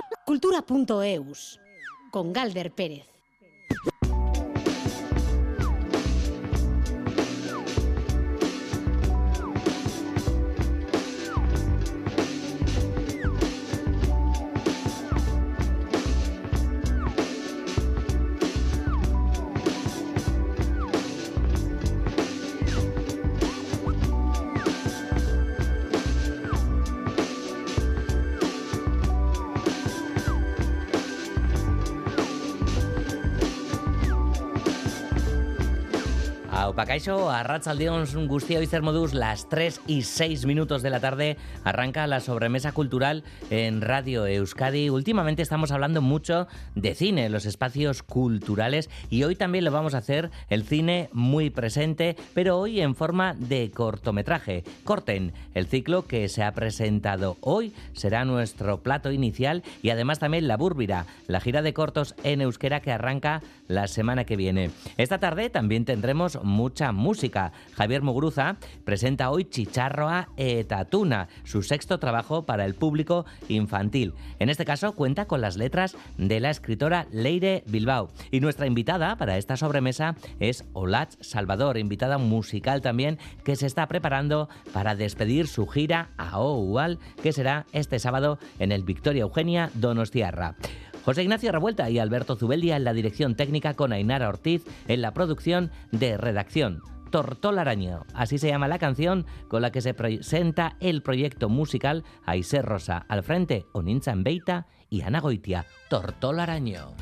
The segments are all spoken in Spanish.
Cultura.eus, con Galder Pérez. Kaixo, arratsaldeon guztioi zer moduz, las 3:06 de la tarde arranca la sobremesa cultural en Radio Euskadi. Últimamente estamos hablando mucho de cine, los espacios culturales, y hoy también lo vamos a hacer, el cine muy presente, pero hoy en forma de cortometraje. Corten, el ciclo que se ha presentado hoy, será nuestro plato inicial, y además también La Búrbira, la gira de cortos en euskera que arranca la semana que viene. Esta tarde también tendremos mucha música. Javier Muguruza presenta hoy Chicharroa eta Tuna, su sexto trabajo para el público infantil. En este caso cuenta con las letras de la escritora Leire Bilbao. Y nuestra invitada para esta sobremesa es Olatz Salvador, invitada musical también, que se está preparando para despedir su gira a Oual, que será este sábado en el Victoria Eugenia Donostiarra. José Ignacio Revuelta y Alberto Zubeldia en la dirección técnica, con Ainara Ortiz en la producción de redacción. Tortolaraño, así se llama la canción con la que se presenta el proyecto musical Aiser Rosa. Al frente, Onintzan Beita y Ana Goitia. Tortolaraño.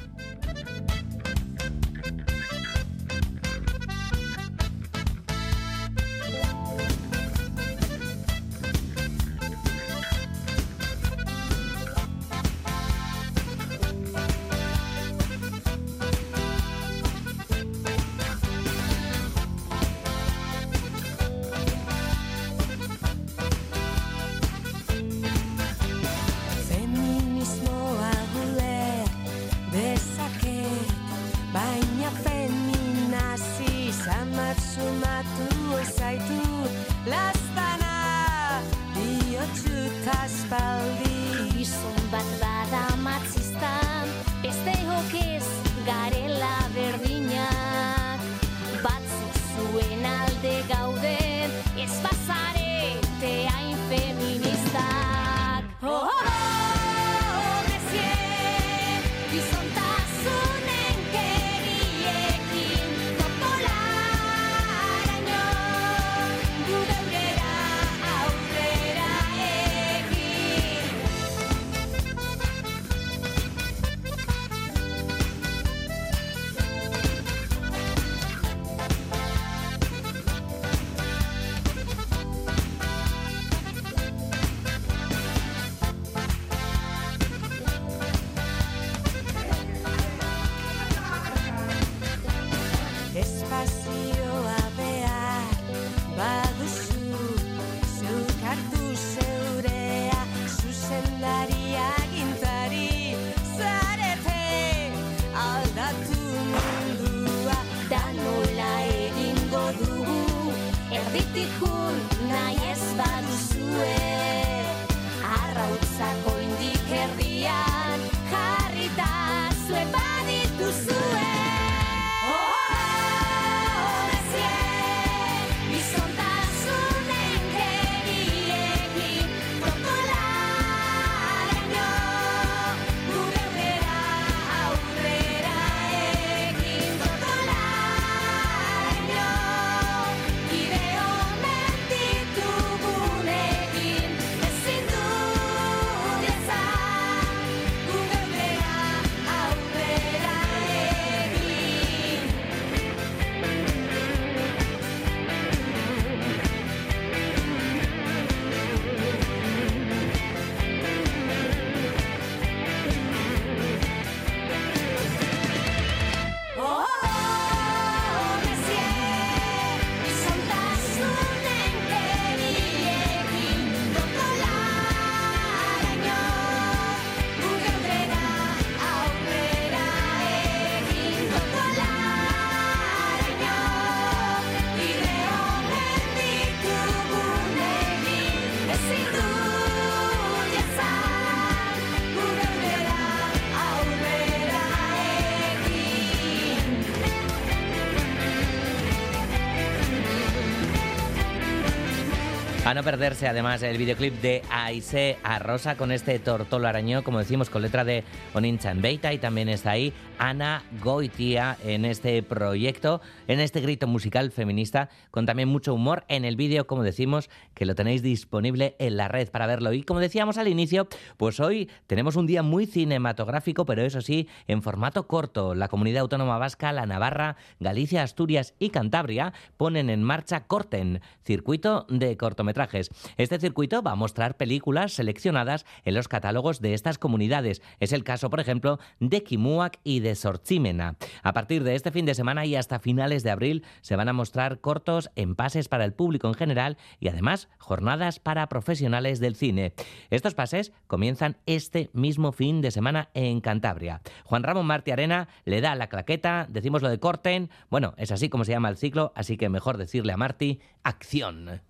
A no perderse además el videoclip de Aisé a Rosa con este Tortolo Arañó, como decimos, con letra de Onintzan Beita, y también está ahí Ana Goitia en este proyecto, en este grito musical feminista, con también mucho humor en el vídeo, como decimos, que lo tenéis disponible en la red para verlo. Y como decíamos al inicio, pues hoy tenemos un día muy cinematográfico, pero eso sí, en formato corto. La Comunidad Autónoma Vasca, la Navarra, Galicia, Asturias y Cantabria ponen en marcha Corten, circuito de cortometrajes. Este circuito va a mostrar películas seleccionadas en los catálogos de estas comunidades. Es el caso, por ejemplo, de Kimuak y de Sortzimena. A partir de este fin de semana y hasta finales de abril se van a mostrar cortos en pases para el público en general y además jornadas para profesionales del cine. Estos pases comienzan este mismo fin de semana en Cantabria. Juan Ramón Martí Arena le da la claqueta, decimos lo de Corten. Bueno, es así como se llama el ciclo, así que mejor decirle a Martí, acción.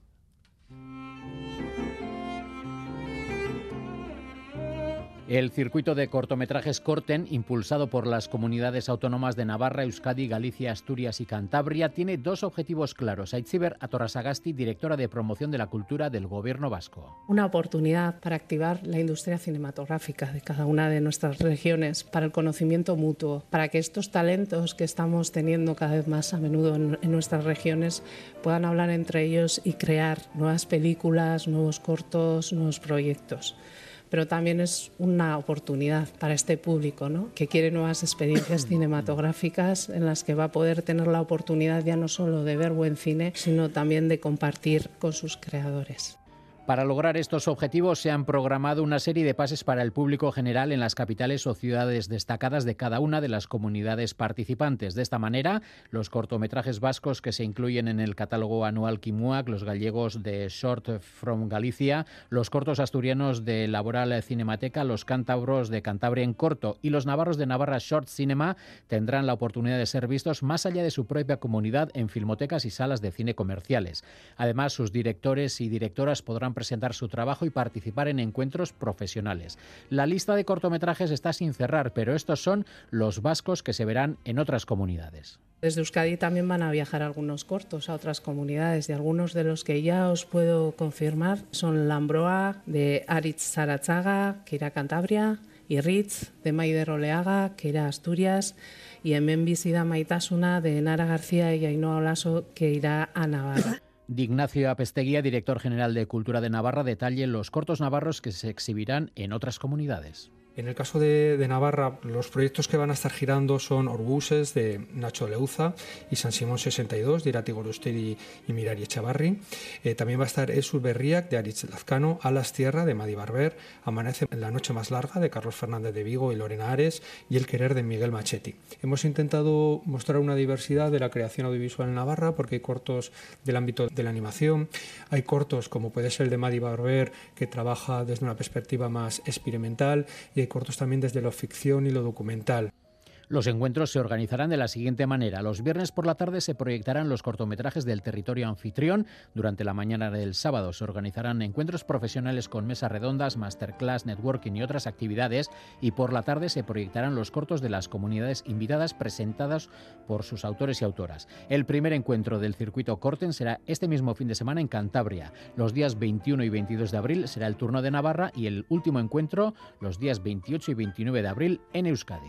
El circuito de cortometrajes Corten, impulsado por las comunidades autónomas de Navarra, Euskadi, Galicia, Asturias y Cantabria, tiene dos objetivos claros. Aitziber Atorrasagasti, directora de promoción de la cultura del Gobierno vasco. Una oportunidad para activar la industria cinematográfica de cada una de nuestras regiones, para el conocimiento mutuo, para que estos talentos que estamos teniendo cada vez más a menudo en nuestras regiones puedan hablar entre ellos y crear nuevas películas, nuevos cortos, nuevos proyectos. Pero también es una oportunidad para este público, ¿no?, que quiere nuevas experiencias cinematográficas en las que va a poder tener la oportunidad ya no solo de ver buen cine, sino también de compartir con sus creadores. Para lograr estos objetivos se han programado una serie de pases para el público general en las capitales o ciudades destacadas de cada una de las comunidades participantes. De esta manera, los cortometrajes vascos que se incluyen en el catálogo anual Kimuak, los gallegos de Short from Galicia, los cortos asturianos de Laboral Cinemateca, los cántabros de Cantabria en Corto y los navarros de Navarra Short Cinema tendrán la oportunidad de ser vistos más allá de su propia comunidad en filmotecas y salas de cine comerciales. Además, sus directores y directoras podrán presentar su trabajo y participar en encuentros profesionales. La lista de cortometrajes está sin cerrar, pero estos son los vascos que se verán en otras comunidades. Desde Euskadi también van a viajar algunos cortos a otras comunidades y algunos de los que ya os puedo confirmar son Lambroa de Aritz Zaratzaga, que irá a Cantabria, y Ritz de Maider Oleaga, que irá a Asturias, y Hemen Bizida Maitasuna de Nara García y Ainhoa Olaso, que irá a Navarra. Ignacio Apesteguía, director general de Cultura de Navarra, detalle los cortos navarros que se exhibirán en otras comunidades. En el caso de Navarra, los proyectos que van a estar girando son Orbuses de Nacho Leuza y San Simón 62 de Irati Gorosteri y Mirari Echavarri. También va a estar Esul Berriak de Aritz Lazcano, Alas Tierra de Madi Barber, Amanece en la noche más larga de Carlos Fernández de Vigo y Lorena Ares y El querer de Miguel Machetti. Hemos intentado mostrar una diversidad de la creación audiovisual en Navarra porque hay cortos del ámbito de la animación, hay cortos como puede ser el de Madi Barber que trabaja desde una perspectiva más experimental y hay cortos también desde la ficción y lo documental. Los encuentros se organizarán de la siguiente manera. Los viernes por la tarde se proyectarán los cortometrajes del territorio anfitrión. Durante la mañana del sábado se organizarán encuentros profesionales con mesas redondas, masterclass, networking y otras actividades. Y por la tarde se proyectarán los cortos de las comunidades invitadas presentados por sus autores y autoras. El primer encuentro del circuito Corten será este mismo fin de semana en Cantabria. Los días 21 y 22 de abril será el turno de Navarra y el último encuentro los días 28 y 29 de abril en Euskadi.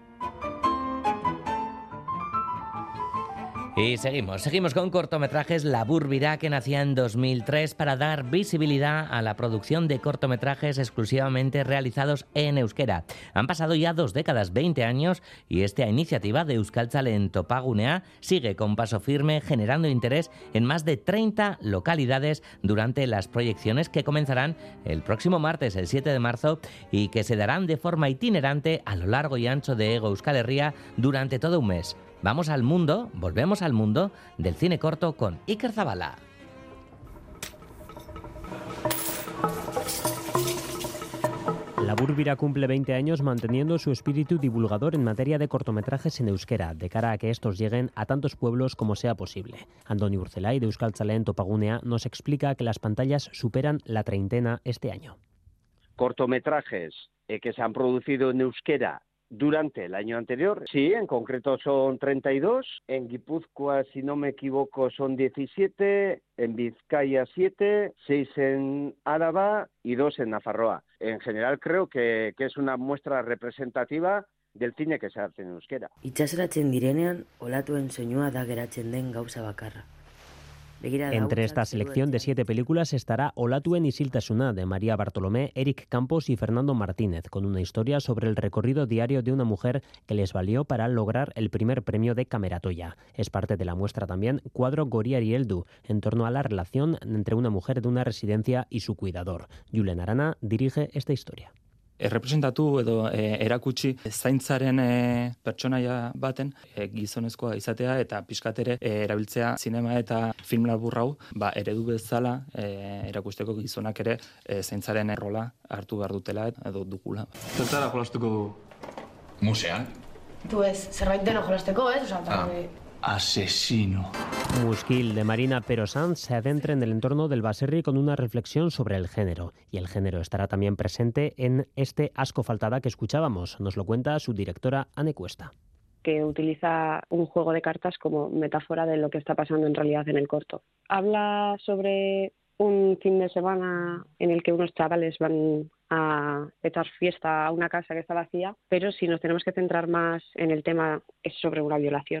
Y seguimos con cortometrajes Labur Birá, que nacía en 2003 para dar visibilidad a la producción de cortometrajes exclusivamente realizados en euskera. Han pasado ya 2 décadas, 20 años, y esta iniciativa de Euskaltzalen Topagunea sigue con paso firme, generando interés en más de 30 localidades durante las proyecciones que comenzarán el próximo martes, el 7 de marzo, y que se darán de forma itinerante a lo largo y ancho de Hego Euskal Herria durante todo un mes. Volvemos al mundo del cine corto con Iker Zabala. Labur Birá cumple 20 años manteniendo su espíritu divulgador en materia de cortometrajes en euskera, de cara a que estos lleguen a tantos pueblos como sea posible. Andoni Urzelay, de Euskaltzalen Topagunea, nos explica que las pantallas superan la 30 este año. Cortometrajes que se han producido en euskera durante el año anterior. Sí, en concreto son 32. En Guipúzcoa, si no me equivoco, son 17. En Vizcaya 7, 6 en Álava y 2 en Nafarroa. En general creo que es una muestra representativa del cine que se hace en euskera. Itxasoratzen direnean, olatuen soinua da geratzen den gauza bakarra. Entre esta selección de 7 películas estará Olatuen isiltasuna de María Bartolomé, Eric Campos y Fernando Martínez, con una historia sobre el recorrido diario de una mujer que les valió para lograr el primer premio de Cameratoya. Es parte de la muestra también Cuadro Goriari heldu, en torno a la relación entre una mujer de una residencia y su cuidador. Julen Arana dirige esta historia. Errepresentatu edo erakutsi zaintzaren pertsonaia baten gizonezkoa izatea eta pixkat ere erabiltzea zinema eta film labur hau eredu bezala erakusteko gizonak ere zaintzaren rola hartu behar dutela edo dugula. Zertara jolastuko musean? Zerbait deno jolasteko, Asesino. Muskil, de Marina Pero Sanz, se adentra en el entorno del baserri con una reflexión sobre el género. Y el género estará también presente en este Asko faltada que escuchábamos. Nos lo cuenta su directora, Ane Cuesta. Que utiliza un juego de cartas como metáfora de lo que está pasando en realidad en el corto. Habla sobre un fin de semana en el que unos chavales van a echar fiesta a una casa que está vacía, pero si nos tenemos que centrar más en el tema es sobre una violación.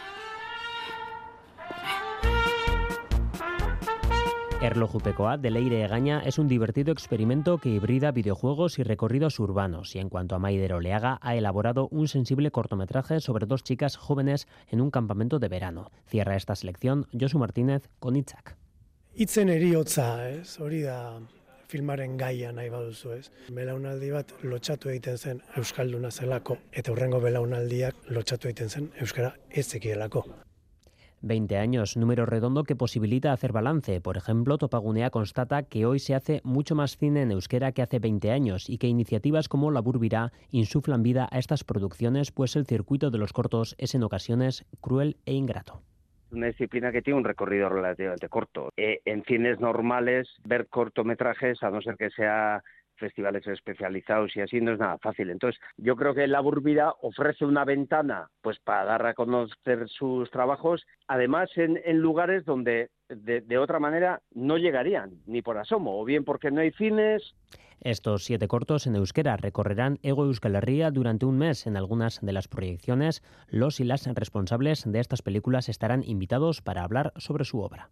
Erlojupekoa de Leire Egaña es un divertido experimento que hibrida videojuegos y recorridos urbanos. Y en cuanto a Maider Oleaga, ha elaborado un sensible cortometraje sobre 2 chicas jóvenes en un campamento de verano. Cierra esta selección Josu Martínez con Itzak. Itzen eriotza, hori da filmaren gaia nahi baduzu, Belaunaldi bat lotxatu egiten zen euskalduna zelako, eta hurrengo belaunaldiak lotxatu egiten zen euskara ez zekielako. 20 años, número redondo que posibilita hacer balance. Por ejemplo, Topagunea constata que hoy se hace mucho más cine en euskera que hace 20 años y que iniciativas como Labur Bira insuflan vida a estas producciones, pues el circuito de los cortos es en ocasiones cruel e ingrato. Una disciplina que tiene un recorrido relativamente corto. En cines normales, ver cortometrajes, a no ser que sea festivales especializados y así, no es nada fácil. Entonces, yo creo que Labur Bira ofrece una ventana pues para dar a conocer sus trabajos, además en lugares donde de otra manera no llegarían, ni por asomo, o bien porque no hay cines. Estos 7 cortos en euskera recorrerán Hego Euskal Herria durante un mes. En algunas de las proyecciones, los y las responsables de estas películas estarán invitados para hablar sobre su obra.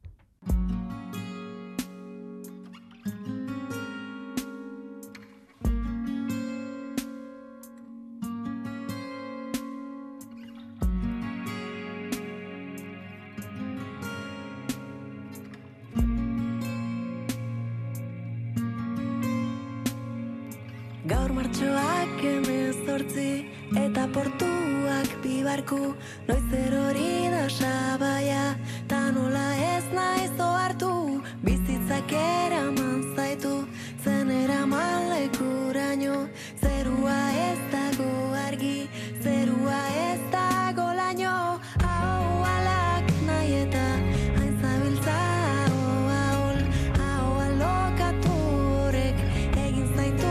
Gaur martxoak 18 eta portuak 2 barku, noiz erori da sabaia, ta nola ez naiz ohartu, bizitzak eraman zaitu, zen eraman lekuraino, zerua ez dago argi, zerua ez dago laino, hau alak nahi eta hain zabiltza ahol, hau alokatu horrek egin zaitu.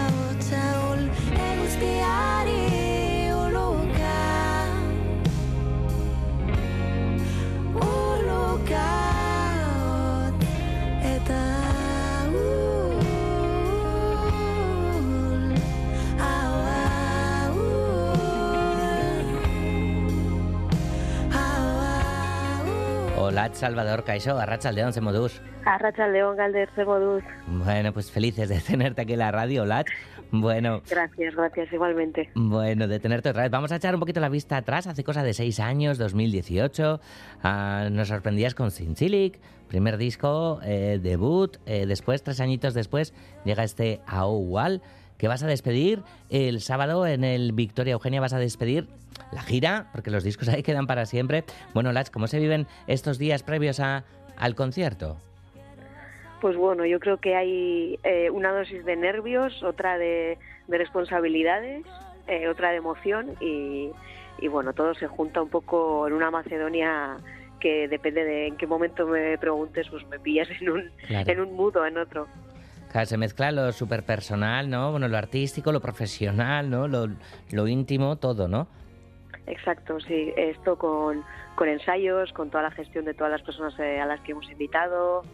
Olatz Salvador, kaixo, arratsaldeon, ze moduz? Arratsaldeon, Galder, ze moduz. Bueno, pues felices de tenerte aquí en la radio, Olatz. Bueno. Gracias, igualmente. Bueno, de tenerte otra vez. Vamos a echar un poquito la vista atrás. Hace cosa de 6 años, 2018, nos sorprendías con Zintzilik, primer disco, debut. Después, 3 añitos después, llega este Aoual, que vas a despedir el sábado en el Victoria Eugenia. Vas a despedir la gira, porque los discos ahí quedan para siempre. Bueno, Olatz, ¿cómo se viven estos días previos al concierto? Pues bueno, yo creo que hay una dosis de nervios, otra de responsabilidades, otra de emoción y bueno, todo se junta un poco en una Macedonia que depende de en qué momento me preguntes, pues me pillas en un mood o en otro. Claro, se mezcla lo superpersonal, ¿no? Bueno, lo artístico, lo profesional, ¿no? Lo íntimo, todo, ¿no? Exacto, sí. Esto con ensayos, con toda la gestión de todas las personas a las que hemos invitado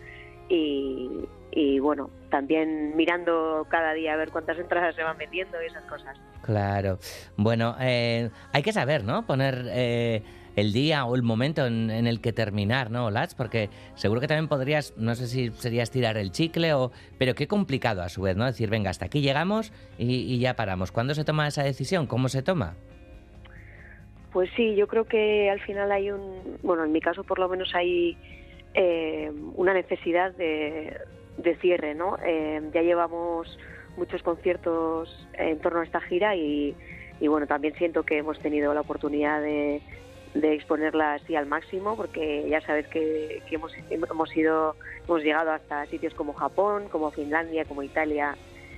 y bueno, también mirando cada día a ver cuántas entradas se van vendiendo y esas cosas. Claro. Bueno, hay que saber, ¿no? Poner el día o el momento en el que terminar, ¿no, Olatz? Porque seguro que también podrías, no sé si sería estirar el chicle pero qué complicado a su vez, ¿no? Decir, venga, hasta aquí llegamos y ya paramos. ¿Cuándo se toma esa decisión? ¿Cómo se toma? Pues sí, yo creo que al final hay bueno, en mi caso por lo menos hay una necesidad de cierre, ¿no? Ya llevamos muchos conciertos en torno a esta gira y bueno, también siento que hemos tenido la oportunidad de exponerla así al máximo, porque ya sabes que hemos llegado hasta sitios como Japón, como Finlandia, como Italia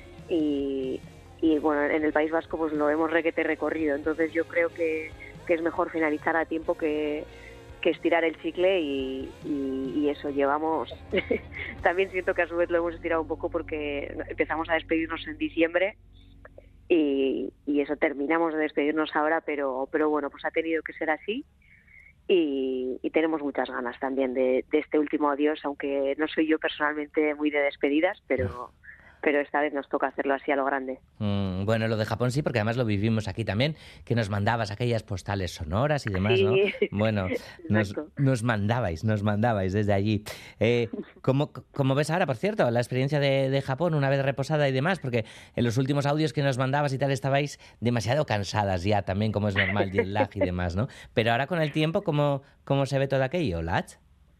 y bueno, en el País Vasco pues lo hemos recorrido, entonces yo creo que es mejor finalizar a tiempo que estirar el chicle y eso llevamos. También siento que a su vez lo hemos estirado un poco porque empezamos a despedirnos en diciembre y eso, terminamos de despedirnos ahora, pero bueno, pues ha tenido que ser así y tenemos muchas ganas también de este último adiós, aunque no soy yo personalmente muy de despedidas, pero esta vez nos toca hacerlo así a lo grande. Bueno, lo de Japón sí, porque además lo vivimos aquí también, que nos mandabas aquellas postales sonoras y demás, sí, ¿no? Bueno, nos mandabais desde allí. ¿Cómo ves ahora, por cierto, la experiencia de Japón una vez reposada y demás? Porque en los últimos audios que nos mandabas y tal estabais demasiado cansadas ya también, como es normal, jet lag y demás, ¿no? Pero ahora con el tiempo, ¿cómo se ve todo aquello, Latz?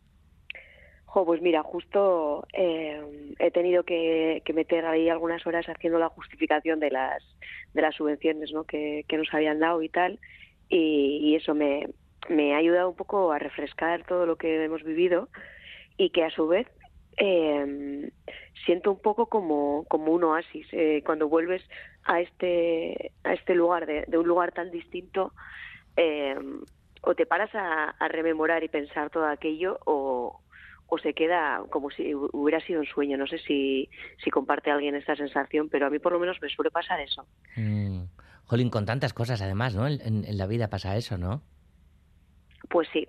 Pues mira, justo he tenido que meter ahí algunas horas haciendo la justificación de las subvenciones, ¿no? que nos habían dado y tal, y eso me ha ayudado un poco a refrescar todo lo que hemos vivido y que a su vez siento un poco como un oasis cuando vuelves a este lugar, de un lugar tan distinto, o te paras a rememorar y pensar todo aquello o se queda como si hubiera sido un sueño. No sé si comparte alguien esta sensación, pero a mí por lo menos me suele pasar eso. Jolín, con tantas cosas además, ¿no? En la vida pasa eso, ¿no? Pues sí.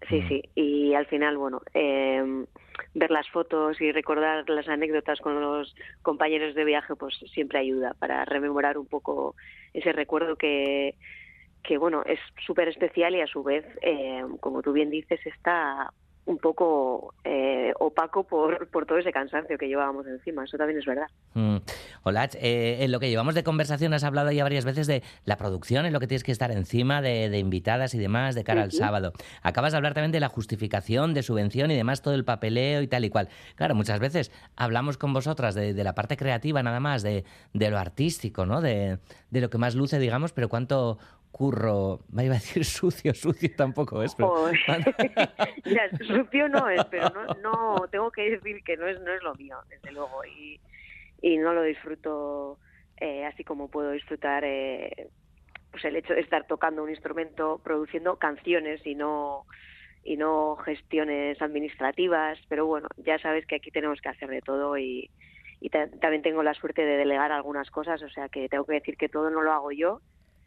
Y al final, bueno, ver las fotos y recordar las anécdotas con los compañeros de viaje, pues siempre ayuda para rememorar un poco ese recuerdo que bueno, es súper especial y a su vez, como tú bien dices, está un poco opaco por todo ese cansancio que llevábamos encima. Eso también es verdad. Olatz, en lo que llevamos de conversación has hablado ya varias veces de la producción, en lo que tienes que estar encima de invitadas y demás de cara al sábado. Acabas de hablar también de la justificación, de subvención y demás, todo el papeleo y tal y cual. Claro, muchas veces hablamos con vosotras de la parte creativa nada más, de lo artístico, ¿no? De lo que más luce, digamos, pero cuánto curro, me iba a decir sucio tampoco es, pero... Ya, sucio no es, pero no tengo que decir que no es lo mío, desde luego, y no lo disfruto así como puedo disfrutar pues el hecho de estar tocando un instrumento, produciendo canciones y no gestiones administrativas, pero bueno, ya sabes que aquí tenemos que hacer de todo y también tengo la suerte de delegar algunas cosas, o sea que tengo que decir que todo no lo hago yo,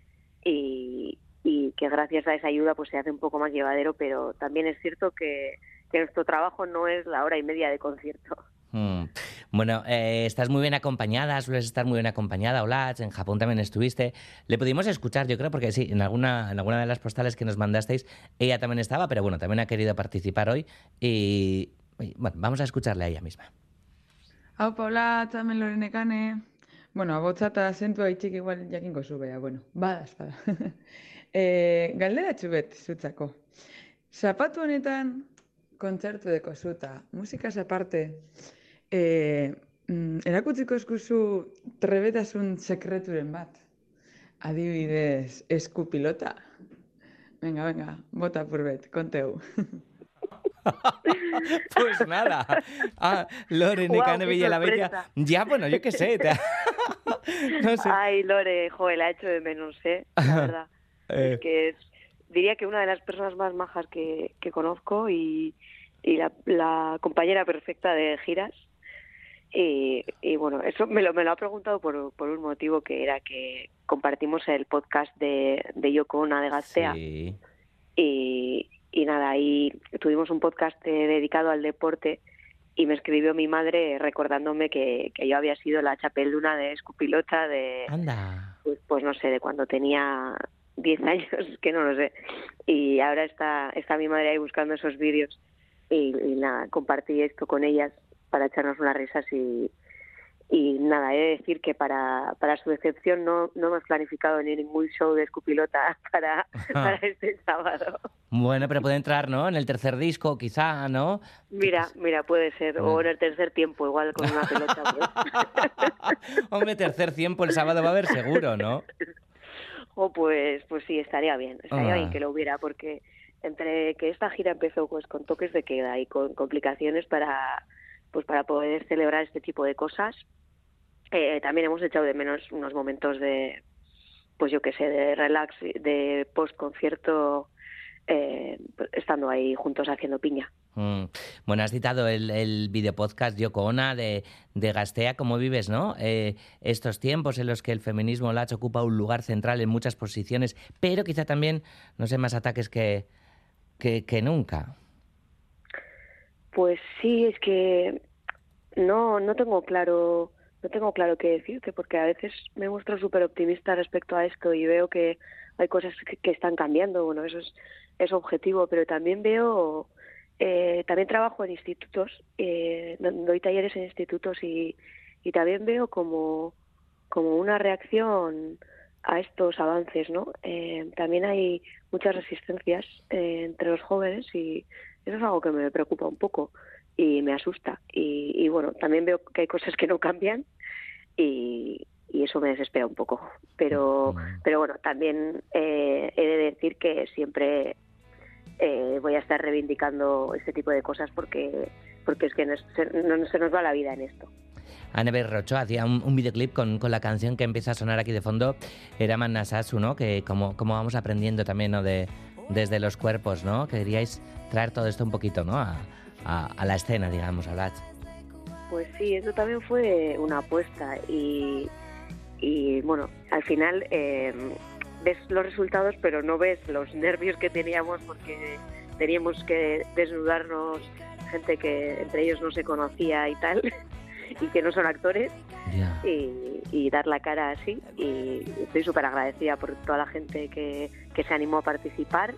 y que gracias a esa ayuda pues se hace un poco más llevadero, pero también es cierto que nuestro trabajo no es la hora y media de concierto. Bueno, estás muy bien acompañada, sueles estar muy bien acompañada, Olatz, en Japón también estuviste. Le pudimos escuchar, yo creo, porque sí, en alguna de las postales que nos mandasteis, ella también estaba, pero bueno, también ha querido participar hoy y bueno, vamos a escucharle a ella misma. Aupa, Olatz, hemen Lorenekane. Bueno, abotza eta azentua itxik igual jakingo zu bea, bueno, bada. Galderatxu bet zutzako. Zapatu honetan kontzertu deko zuta, musikaz aparte, erakutziko eskuzu trebetasun sekreturen bat. Adibidez, esku pilota. Venga, bota purbet, konteu. Pues nada. Lore, Nekane Villalabella. Ya, bueno, yo qué sé. No sé. Ay, Lore, la he hecho de menos, la verdad. Es que diría que una de las personas más majas que conozco y la compañera perfecta de giras. Y bueno, eso me lo ha preguntado por un motivo, que era que compartimos el podcast de Yoko Ono de Gaztea. Sí. Y nada, ahí tuvimos un podcast dedicado al deporte y me escribió mi madre recordándome que yo había sido la chapeluna de escupilota de... Anda. Pues no sé, de cuando tenía 10 años, que no lo sé. Y ahora está mi madre ahí buscando esos vídeos y nada, compartí esto con ellas para echarnos unas risas y nada, he de decir que para su decepción no hemos planificado ni ningún show de escupilota para este sábado. Bueno, pero puede entrar, ¿no? En el tercer disco, quizá, ¿no? Mira, puede ser. O en el tercer tiempo, igual con una pelota. Pues. Hombre, tercer tiempo el sábado va a haber seguro, ¿no? Pues sí, estaría bien. Estaría bien que lo hubiera, porque entre que esta gira empezó pues con toques de queda y con complicaciones para poder celebrar este tipo de cosas, también hemos echado de menos unos momentos de, pues yo qué sé, de relax, de post-concierto, estando ahí juntos haciendo piña. Bueno, has citado el videopodcast Yoko Ono de Gaztea. ¿Cómo vives, no? Estos tiempos en los que el feminismo latch ocupa un lugar central en muchas posiciones, pero quizá también, no sé, más ataques que nunca. Pues sí, es que no tengo claro qué decirte, porque a veces me muestro súper optimista respecto a esto y veo que hay cosas que están cambiando. Bueno, eso es objetivo, pero también veo, también trabajo en institutos, doy talleres en institutos y también veo como una reacción a estos avances, ¿no? También hay muchas resistencias entre los jóvenes y eso es algo que me preocupa un poco y me asusta. Y bueno, también veo que hay cosas que no cambian y eso me desespera un poco. Pero bueno, también he de decir que siempre voy a estar reivindicando este tipo de cosas porque es que no se nos va la vida en esto. Annabel Rocho hacía un videoclip con la canción que empieza a sonar aquí de fondo, Eraman Nasasu, ¿no? Que como vamos aprendiendo también, ¿no? Desde los cuerpos, ¿no? Que queríais traer todo esto un poquito, ¿no? A la escena, digamos, a Latch. Pues sí, eso también fue una apuesta y bueno, al final ves los resultados, pero no ves los nervios que teníamos porque teníamos que desnudarnos, gente que entre ellos no se conocía y tal, y que no son actores, y dar la cara así. Y estoy súper agradecida por toda la gente que se animó a participar.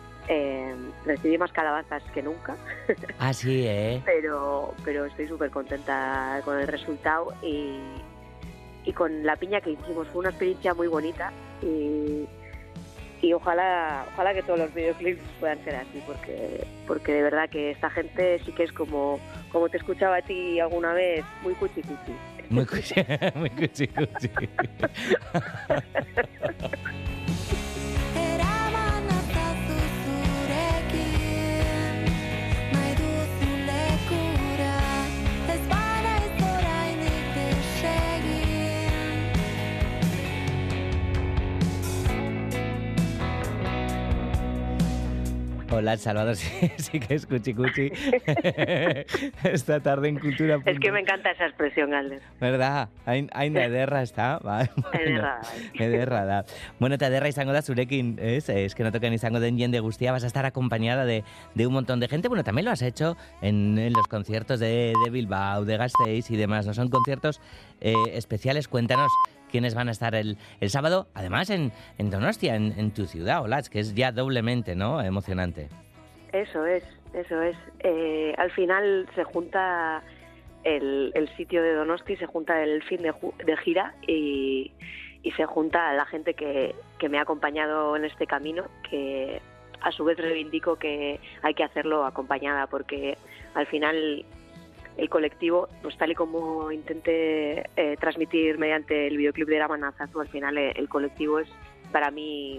Recibí más calabazas que nunca. Ah, sí, pero estoy súper contenta con el resultado y con la piña que hicimos. Fue una experiencia muy bonita y ojalá que todos los videoclips puedan ser así, porque de verdad que esta gente sí que es como te escuchaba a ti alguna vez, muy cuchi-cuchi. Muy cuchi-cuchi. Hola, Salvador, sí que es cuchi-cuchi. Esta tarde en Cultura. Es que me encanta esa expresión, Galder. ¿Verdad? Hain ederra, está. Ederra da. Bueno, te ederra izango da zurekin, es que no tocan izango den jende guztia, vas a estar acompañada de un montón de gente. Bueno, también lo has hecho en los conciertos de Bilbao, de Gasteiz y demás, ¿no? Son conciertos especiales. Cuéntanos quiénes van a estar el sábado, además en Donostia, en tu ciudad, Olatz, que es ya doblemente, ¿no?, emocionante. Eso es. Al final se junta el sitio de Donosti, se junta el fin de gira y se junta la gente que me ha acompañado en este camino, que a su vez reivindico que hay que hacerlo acompañada, porque al final el colectivo, pues tal y como intenté transmitir mediante el videoclip de Eraman Nasasu, al final el colectivo es para mí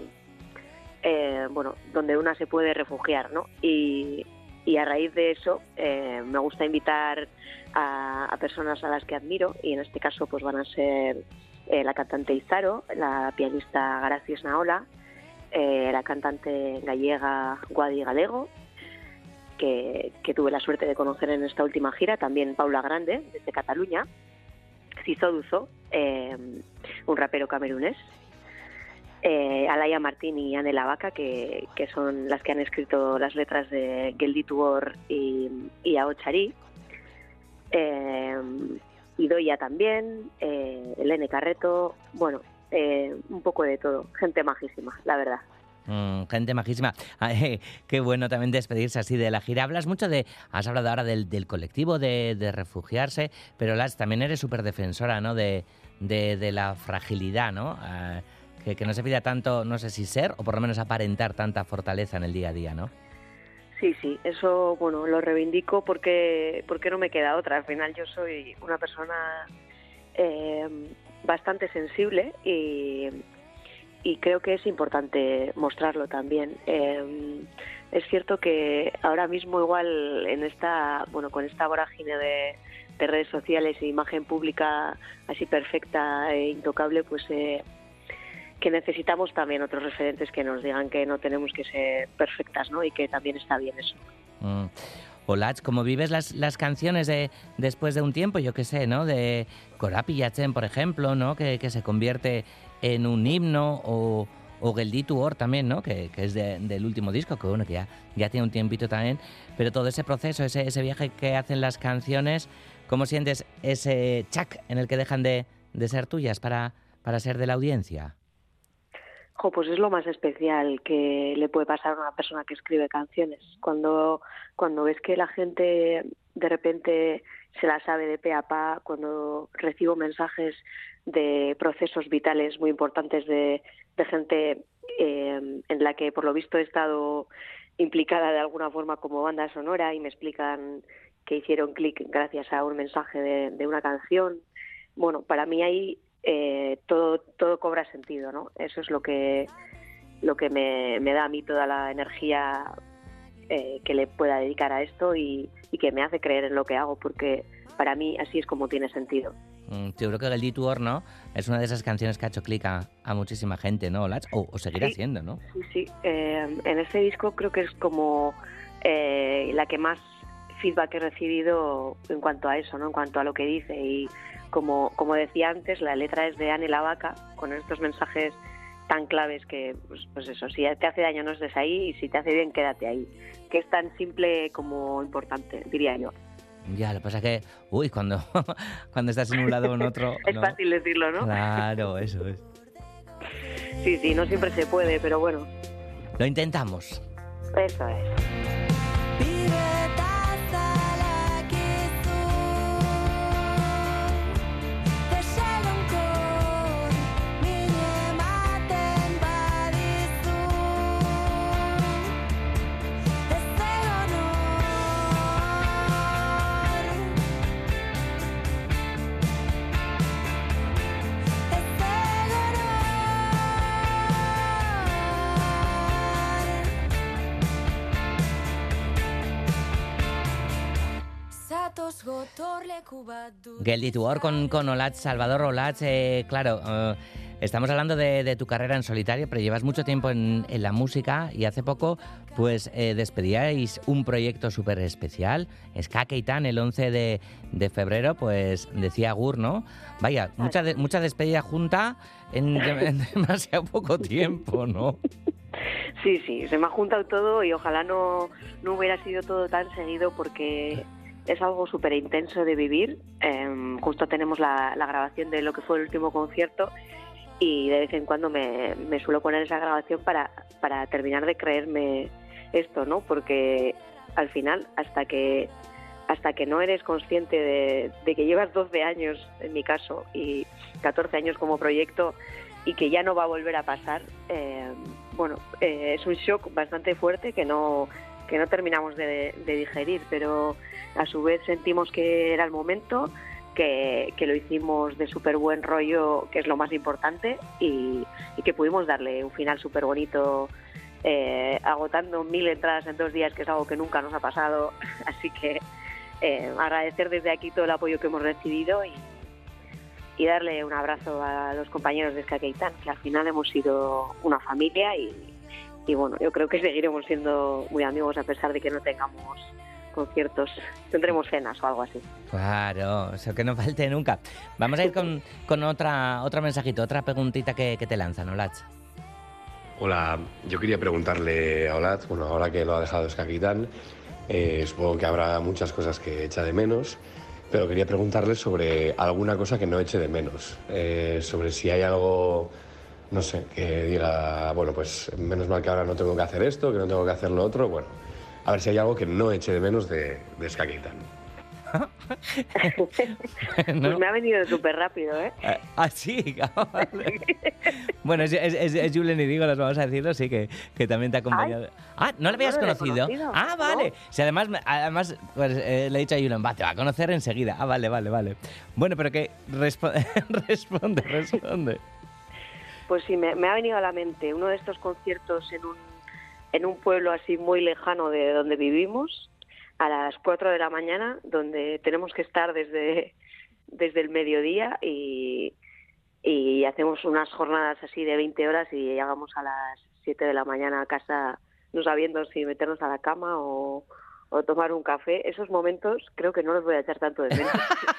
donde una se puede refugiar, ¿no? Y a raíz de eso me gusta invitar a personas a las que admiro, y en este caso pues van a ser la cantante Izaro, la pianista Gracias Naola, la cantante gallega Guadi Galego, que tuve la suerte de conocer en esta última gira, también Paula Grande, desde Cataluña, Cizo Duzo, un rapero camerunés, Alaya Martín y Anne Lavaca, que son las que han escrito las letras de Geldituor y Aochari, Idoia también, Elene Carreto, bueno, un poco de todo, gente majísima, la verdad. Gente majísima. Qué bueno también despedirse así de la gira. Has hablado ahora del colectivo, de refugiarse, pero también eres súper defensora, ¿no? de la fragilidad, ¿no? Que no se pida tanto, no sé si ser, o por lo menos aparentar tanta fortaleza en el día a día, ¿no? Sí, eso, bueno, lo reivindico porque no me queda otra. Al final yo soy una persona bastante sensible y creo que es importante mostrarlo también. Es cierto que ahora mismo igual con esta vorágine de redes sociales e imagen pública así perfecta e intocable, pues que necesitamos también otros referentes que nos digan que no tenemos que ser perfectas, ¿no? Y que también está bien eso. Olatz, ¿cómo vives las canciones después de un tiempo? Yo qué sé, ¿no? De Korapilatzen, por ejemplo, ¿no? Que se convierte en un himno, o Geldituor también, ¿no? Que es del último disco, que bueno, que ya tiene un tiempito también, pero todo ese proceso, ese viaje que hacen las canciones, ¿cómo sientes ese chac en el que dejan de ser tuyas para ser de la audiencia? Pues es lo más especial que le puede pasar a una persona que escribe canciones. Cuando ves que la gente de repente se la sabe de pe a pa, cuando recibo mensajes de procesos vitales muy importantes de gente en la que por lo visto he estado implicada de alguna forma como banda sonora, y me explican que hicieron clic gracias a un mensaje de una canción. Bueno, para mí ahí todo cobra sentido, ¿no? Eso es lo que me da a mí toda la energía que le pueda dedicar a esto y que me hace creer en lo que hago, porque para mí así es como tiene sentido. Yo creo que Geldituor, ¿no? Es una de esas canciones que ha hecho clic a muchísima gente, ¿no, Olatz? O seguirá siendo, ¿no? Sí. En este disco creo que es como la que más feedback he recibido en cuanto a eso, ¿no? En cuanto a lo que dice. Y como decía antes, la letra es de Anne Lavaca, con estos mensajes tan claves que, pues eso, si te hace daño no estés ahí, y si te hace bien quédate ahí. Que es tan simple como importante, diría yo. Ya, lo que pasa es que, cuando estás en un lado o en otro... Es fácil decirlo, ¿no? Claro, eso es. Sí, no siempre se puede, pero bueno. Lo intentamos. Eso es. Geldituor con Olatz, Salvador Olatz, claro, estamos hablando de tu carrera en solitario, pero llevas mucho tiempo en la música, y hace poco pues despedíais un proyecto súper especial, Ska Keitan, el 11 de febrero, pues decía agur, ¿no? Vaya, mucha despedida junta en demasiado poco tiempo, ¿no? Sí, se me ha juntado todo, y ojalá no hubiera sido todo tan seguido, porque es algo súper intenso de vivir. Justo tenemos la grabación de lo que fue el último concierto, y de vez en cuando me suelo poner esa grabación para terminar de creerme esto, ¿no? Porque al final, hasta que no eres consciente de que llevas 12 años, en mi caso, y 14 años como proyecto, y que ya no va a volver a pasar, es un shock bastante fuerte que no terminamos de digerir, pero a su vez sentimos que era el momento, que lo hicimos de súper buen rollo, que es lo más importante, y que pudimos darle un final súper bonito, agotando 1000 entradas en 2 días, que es algo que nunca nos ha pasado. Así que agradecer desde aquí todo el apoyo que hemos recibido, y darle un abrazo a los compañeros de Ska Keitan, que al final hemos sido una familia, bueno, yo creo que seguiremos siendo muy amigos a pesar de que no tengamos conciertos, tendremos cenas o algo así. Claro, eso que no falte nunca. Vamos a ir con otro mensajito, otra preguntita que te lanzan, Olatz. Hola, yo quería preguntarle a Olatz, bueno, ahora que lo ha dejado Escaquitán, supongo que habrá muchas cosas que echa de menos, pero quería preguntarle sobre alguna cosa que no eche de menos, sobre si hay algo, no sé, que diga, bueno, pues menos mal que ahora no tengo que hacer esto, que no tengo que hacer lo otro, bueno, a ver si hay algo que no eche de menos de Escaquitán. ¿No? Pues me ha venido súper rápido, ¿eh? Sí, vale. Bueno, es Julen y Digo, las vamos a decirlo, sí, que también te ha acompañado. ¿No le habías conocido? Vale. ¿No? Si además pues, le he dicho a Julen, te va a conocer enseguida. Vale. Bueno, pero que responde. Pues sí, me ha venido a la mente uno de estos conciertos en un pueblo así muy lejano de donde vivimos, a las 4 de la mañana, donde tenemos que estar desde el mediodía y hacemos unas jornadas así de 20 horas y llegamos a las 7 de la mañana a casa no sabiendo si meternos a la cama o tomar un café. Esos momentos creo que no los voy a echar tanto de menos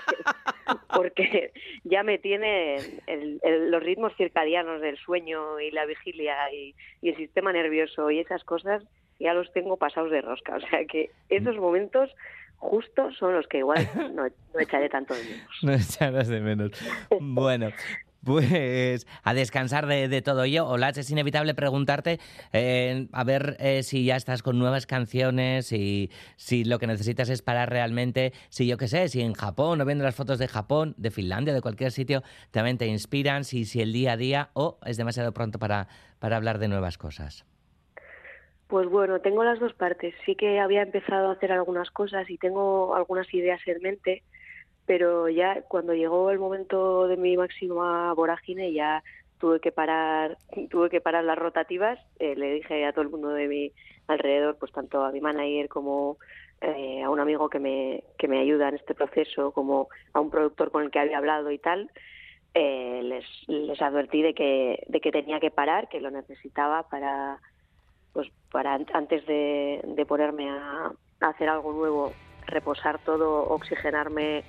porque ya me tiene los ritmos circadianos del sueño y la vigilia y el sistema nervioso y esas cosas ya los tengo pasados de rosca, o sea que esos momentos justos son los que igual no echaré tanto de menos. No echarás de menos. Bueno, pues a descansar de todo ello. Olatz, es inevitable preguntarte a ver si ya estás con nuevas canciones y si lo que necesitas es parar realmente, si yo qué sé, si en Japón o viendo las fotos de Japón, de Finlandia, de cualquier sitio, también te inspiran, si el día a día o es demasiado pronto para hablar de nuevas cosas. Pues bueno, tengo las dos partes. Sí que había empezado a hacer algunas cosas y tengo algunas ideas en mente, pero ya cuando llegó el momento de mi máxima vorágine ya tuve que parar las rotativas. Le dije a todo el mundo de mi alrededor, pues tanto a mi manager como a un amigo que me ayuda en este proceso, como a un productor con el que había hablado y tal, les advertí de que tenía que parar, que lo necesitaba para antes de ponerme a hacer algo nuevo, reposar todo, oxigenarme,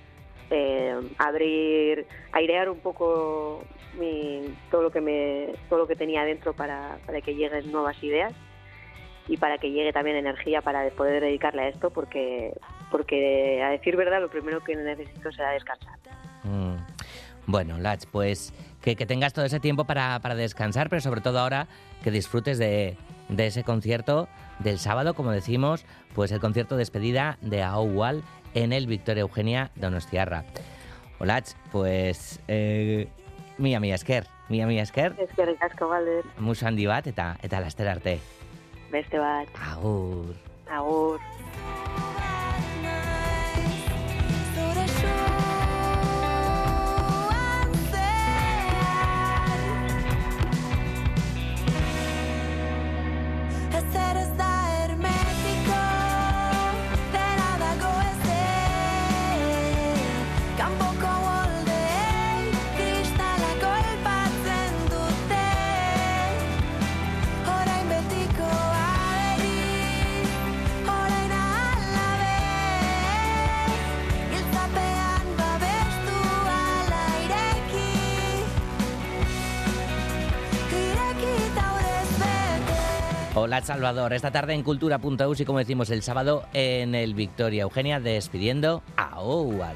airear un poco todo lo que tenía dentro para que lleguen nuevas ideas y para que llegue también energía para poder dedicarle a esto, porque a decir verdad lo primero que necesito será descansar. Bueno, Latz, pues que tengas todo ese tiempo para descansar, pero sobre todo ahora que disfrutes de ese concierto del sábado, como decimos, pues el concierto de despedida de Auwal en el Victoria Eugenia Donostiarra. Olatz, pues mila esker. Eskerrik asko, Galder. Musu handi bat eta laster arte. Beste bat. Agur. Hola Salvador, esta tarde en Cultura.eus y como decimos el sábado en el Victoria Eugenia despidiendo a Auwal.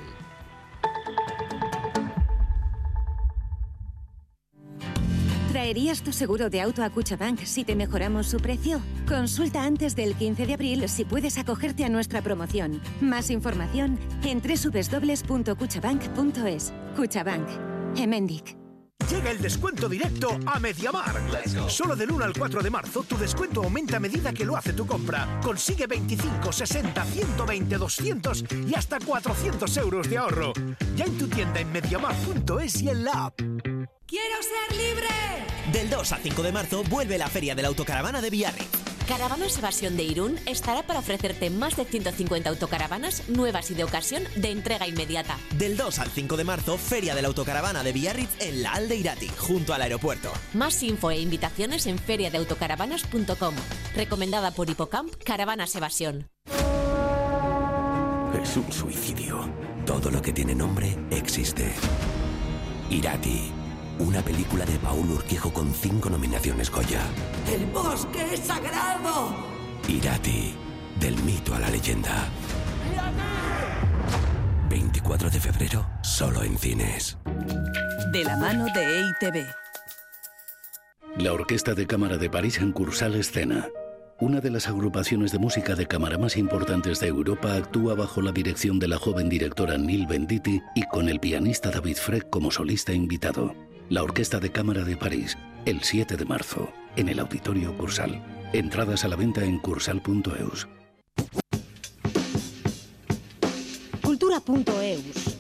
¿Traerías tu seguro de auto a Cuchabank si te mejoramos su precio? Consulta antes del 15 de abril si puedes acogerte a nuestra promoción. Más información en www.cuchabank.es. Cuchabank. Hemendik. Llega el descuento directo a MediaMarkt. Solo del 1 al 4 de marzo tu descuento aumenta a medida que lo hace tu compra. Consigue 25, 60, 120, 200 y hasta 400 euros de ahorro. Ya en tu tienda en MediaMarkt.es y en la app. ¡Quiero ser libre! Del 2 al 5 de marzo vuelve la Feria de la Autocaravana de Biarritz. Caravanas Evasión de Irún estará para ofrecerte más de 150 autocaravanas nuevas y de ocasión de entrega inmediata. Del 2 al 5 de marzo, Feria de la Autocaravana de Biarritz en la Alde Irati, junto al aeropuerto. Más info e invitaciones en feriadeautocaravanas.com. Recomendada por Hipocamp Caravanas Evasión. Es un suicidio. Todo lo que tiene nombre existe. Irati. Una película de Paul Urquijo con 5 nominaciones Goya. ¡El bosque es sagrado! Irati, del mito a la leyenda. 24 de febrero, solo en cines. De la mano de EITV. La Orquesta de Cámara de París en Cursal Escena. Una de las agrupaciones de música de cámara más importantes de Europa actúa bajo la dirección de la joven directora Nil Venditti y con el pianista David Freck como solista invitado. La Orquesta de Cámara de París, el 7 de marzo, en el Auditorio Cursal. Entradas a la venta en cursal.eus. Kultura.eus.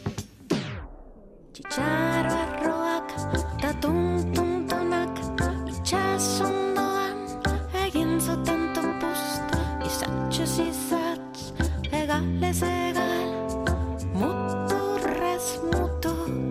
Txitxarroak ta tuntuntunak itxasondoan egin zuten topust izatxez izatx egalez egal muturrez mutu.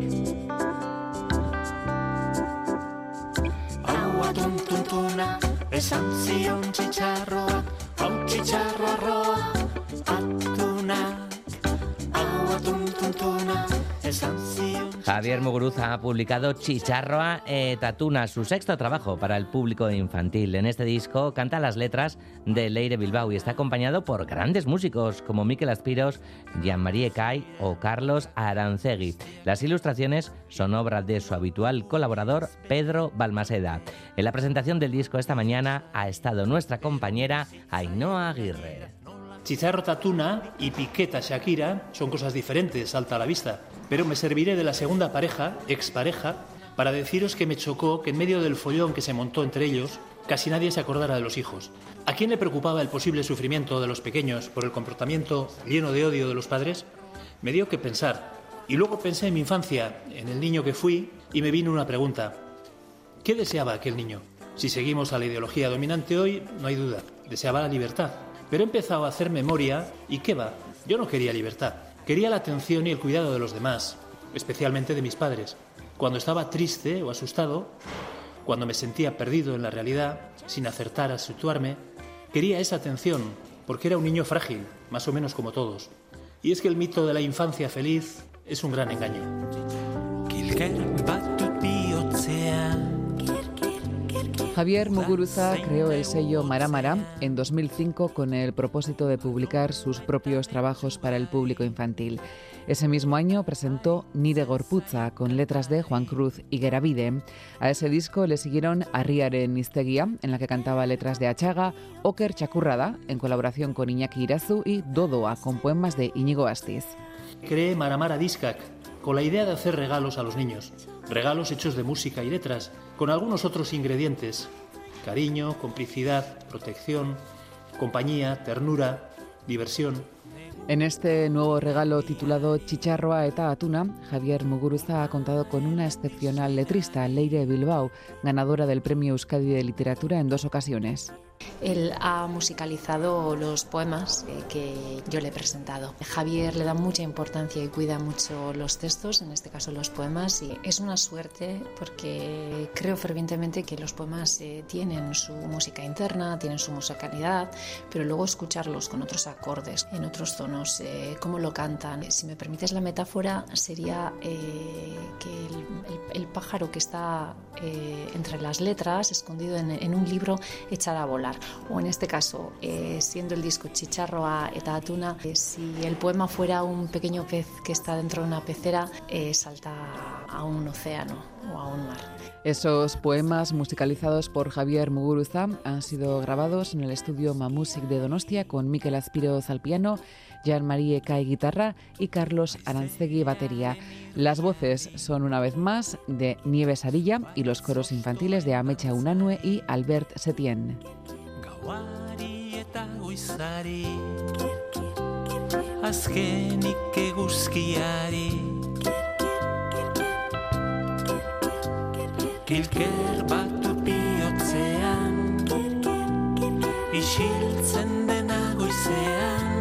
Aua tuntuntuna esan zion txitxarroak, hau txitxarroa atunak. Aua tuntuntuna esan zion. Javier Muguruza ha publicado Chicharroa e Tatuna, su sexto trabajo para el público infantil. En este disco canta las letras de Leire Bilbao y está acompañado por grandes músicos como Mikel Aspiros, Jean-Marie Cay o Carlos Arancegui. Las ilustraciones son obra de su habitual colaborador Pedro Balmaseda. En la presentación del disco esta mañana ha estado nuestra compañera Ainhoa Aguirre. Chicharro Tatuna y Piqueta Shakira son cosas diferentes, salta a la vista. Pero me serviré de la segunda pareja, expareja, para deciros que me chocó que en medio del follón que se montó entre ellos, casi nadie se acordara de los hijos. ¿A quién le preocupaba el posible sufrimiento de los pequeños por el comportamiento lleno de odio de los padres? Me dio que pensar. Y luego pensé en mi infancia, en el niño que fui, y me vino una pregunta. ¿Qué deseaba aquel niño? Si seguimos a la ideología dominante hoy, no hay duda, deseaba la libertad. Pero he empezado a hacer memoria y ¿qué va? Yo no quería libertad. Quería la atención y el cuidado de los demás, especialmente de mis padres. Cuando estaba triste o asustado, cuando me sentía perdido en la realidad, sin acertar a situarme, quería esa atención, porque era un niño frágil, más o menos como todos. Y es que el mito de la infancia feliz es un gran engaño. Javier Muguruza creó el sello Mara Mara en 2005 con el propósito de publicar sus propios trabajos para el público infantil. Ese mismo año presentó Nire Gorputza con letras de Juan Cruz y Geravide. A ese disco le siguieron Arriaren Hiztegia, en la que cantaba letras de Achaga, Oker Txakurrada, en colaboración con Iñaki Irazu, y Dodoa, con poemas de Íñigo Astiz. Creé Mara Mara Diskak con la idea de hacer regalos a los niños. Regalos hechos de música y letras, con algunos otros ingredientes. Cariño, complicidad, protección, compañía, ternura, diversión. En este nuevo regalo titulado Chicharroa eta Atuna, Javier Muguruza ha contado con una excepcional letrista, Leire Bilbao, ganadora del Premio Euskadi de Literatura en 2 ocasiones. Él ha musicalizado los poemas que yo le he presentado. Javier le da mucha importancia y cuida mucho los textos, en este caso los poemas, y es una suerte porque creo fervientemente que los poemas tienen su música interna, tienen su musicalidad, pero luego escucharlos con otros acordes, en otros tonos, cómo lo cantan. Si me permites la metáfora, sería que el pájaro que está entre las letras, escondido en un libro, echara a volar. O en este caso, siendo el disco Chicharroa eta Atuna, si el poema fuera un pequeño pez que está dentro de una pecera, salta a un océano o a un mar. Esos poemas musicalizados por Javier Muguruza han sido grabados en el estudio Mamusic de Donostia con Mikel Aspiros al piano, Jean-Marie Cay guitarra y Carlos Arancegui batería. Las voces son una vez más de Nieves Arilla y los coros infantiles de Amecha Unanue y Albert Setien. Gauari eta goizari, azkenik eguzkiari, kilker batu bihotzean, isiltzen dena goizean.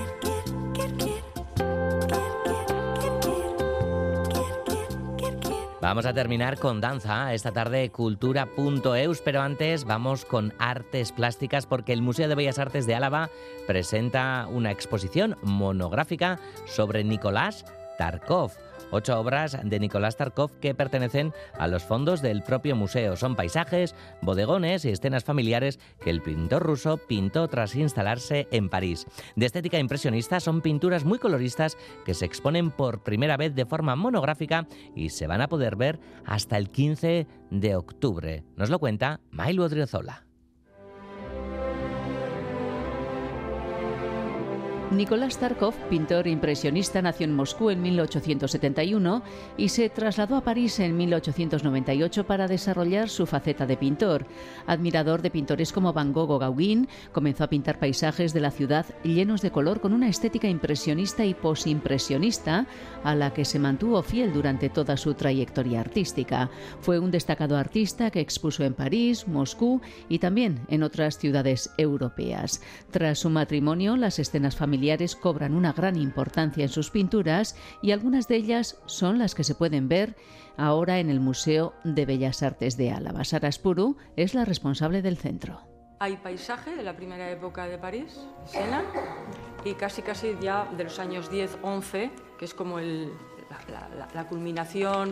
Vamos a terminar con danza, esta tarde cultura.eus, pero antes vamos con artes plásticas porque el Museo de Bellas Artes de Álava presenta una exposición monográfica sobre Nicolás Tarkov. 8 obras de Nicolás Tarkov que pertenecen a los fondos del propio museo. Son paisajes, bodegones y escenas familiares que el pintor ruso pintó tras instalarse en París. De estética impresionista, son pinturas muy coloristas que se exponen por primera vez de forma monográfica y se van a poder ver hasta el 15 de octubre. Nos lo cuenta Mailu Odriozola. Nicolás Tarkov, pintor impresionista, nació en Moscú en 1871 y se trasladó a París en 1898 para desarrollar su faceta de pintor. Admirador de pintores como Van Gogh o Gauguin, comenzó a pintar paisajes de la ciudad llenos de color con una estética impresionista y posimpresionista a la que se mantuvo fiel durante toda su trayectoria artística. Fue un destacado artista que expuso en París, Moscú y también en otras ciudades europeas. Tras su matrimonio, las escenas familiares cobran una gran importancia en sus pinturas y algunas de ellas son las que se pueden ver ahora en el Museo de Bellas Artes de Álava. Sara Espuru es la responsable del centro. Hay paisaje de la primera época de París, Siena, y casi ya de los años 10-11, que es como la culminación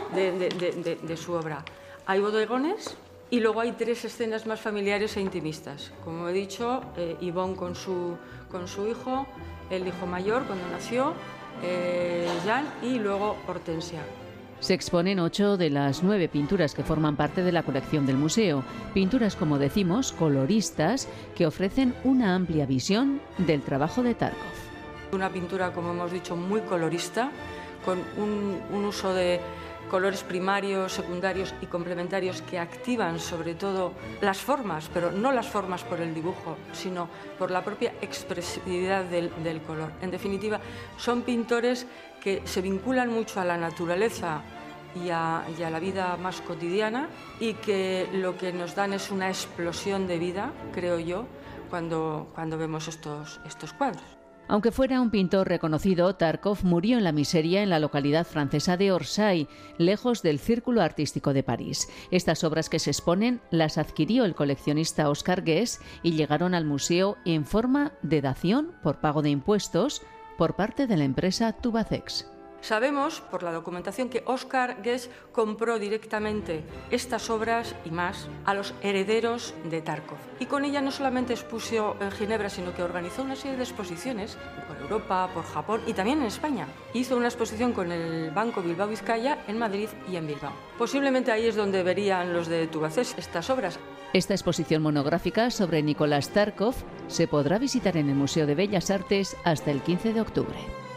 de su obra. Hay bodegones. Y luego hay 3 escenas más familiares e intimistas. Como he dicho, Yvonne con su hijo, el hijo mayor cuando nació, Jean y luego Hortensia. Se exponen 8 de las 9 pinturas que forman parte de la colección del museo. Pinturas, como decimos, coloristas, que ofrecen una amplia visión del trabajo de Tarkov. Una pintura, como hemos dicho, muy colorista, con un uso de colores primarios, secundarios y complementarios que activan sobre todo las formas, pero no las formas por el dibujo, sino por la propia expresividad del color. En definitiva, son pintores que se vinculan mucho a la naturaleza y a la vida más cotidiana y que lo que nos dan es una explosión de vida, creo yo, cuando vemos estos cuadros. Aunque fuera un pintor reconocido, Tarkov murió en la miseria en la localidad francesa de Orsay, lejos del círculo artístico de París. Estas obras que se exponen las adquirió el coleccionista Oscar Guess y llegaron al museo en forma de dación por pago de impuestos por parte de la empresa Tubacex. Sabemos, por la documentación, que Oscar Guess compró directamente estas obras y más a los herederos de Tarkov. Y con ella no solamente expuso en Ginebra, sino que organizó una serie de exposiciones por Europa, por Japón y también en España. Hizo una exposición con el Banco Bilbao Vizcaya en Madrid y en Bilbao. Posiblemente ahí es donde verían los de Tubacex estas obras. Esta exposición monográfica sobre Nicolás Tarkov se podrá visitar en el Museo de Bellas Artes hasta el 15 de octubre.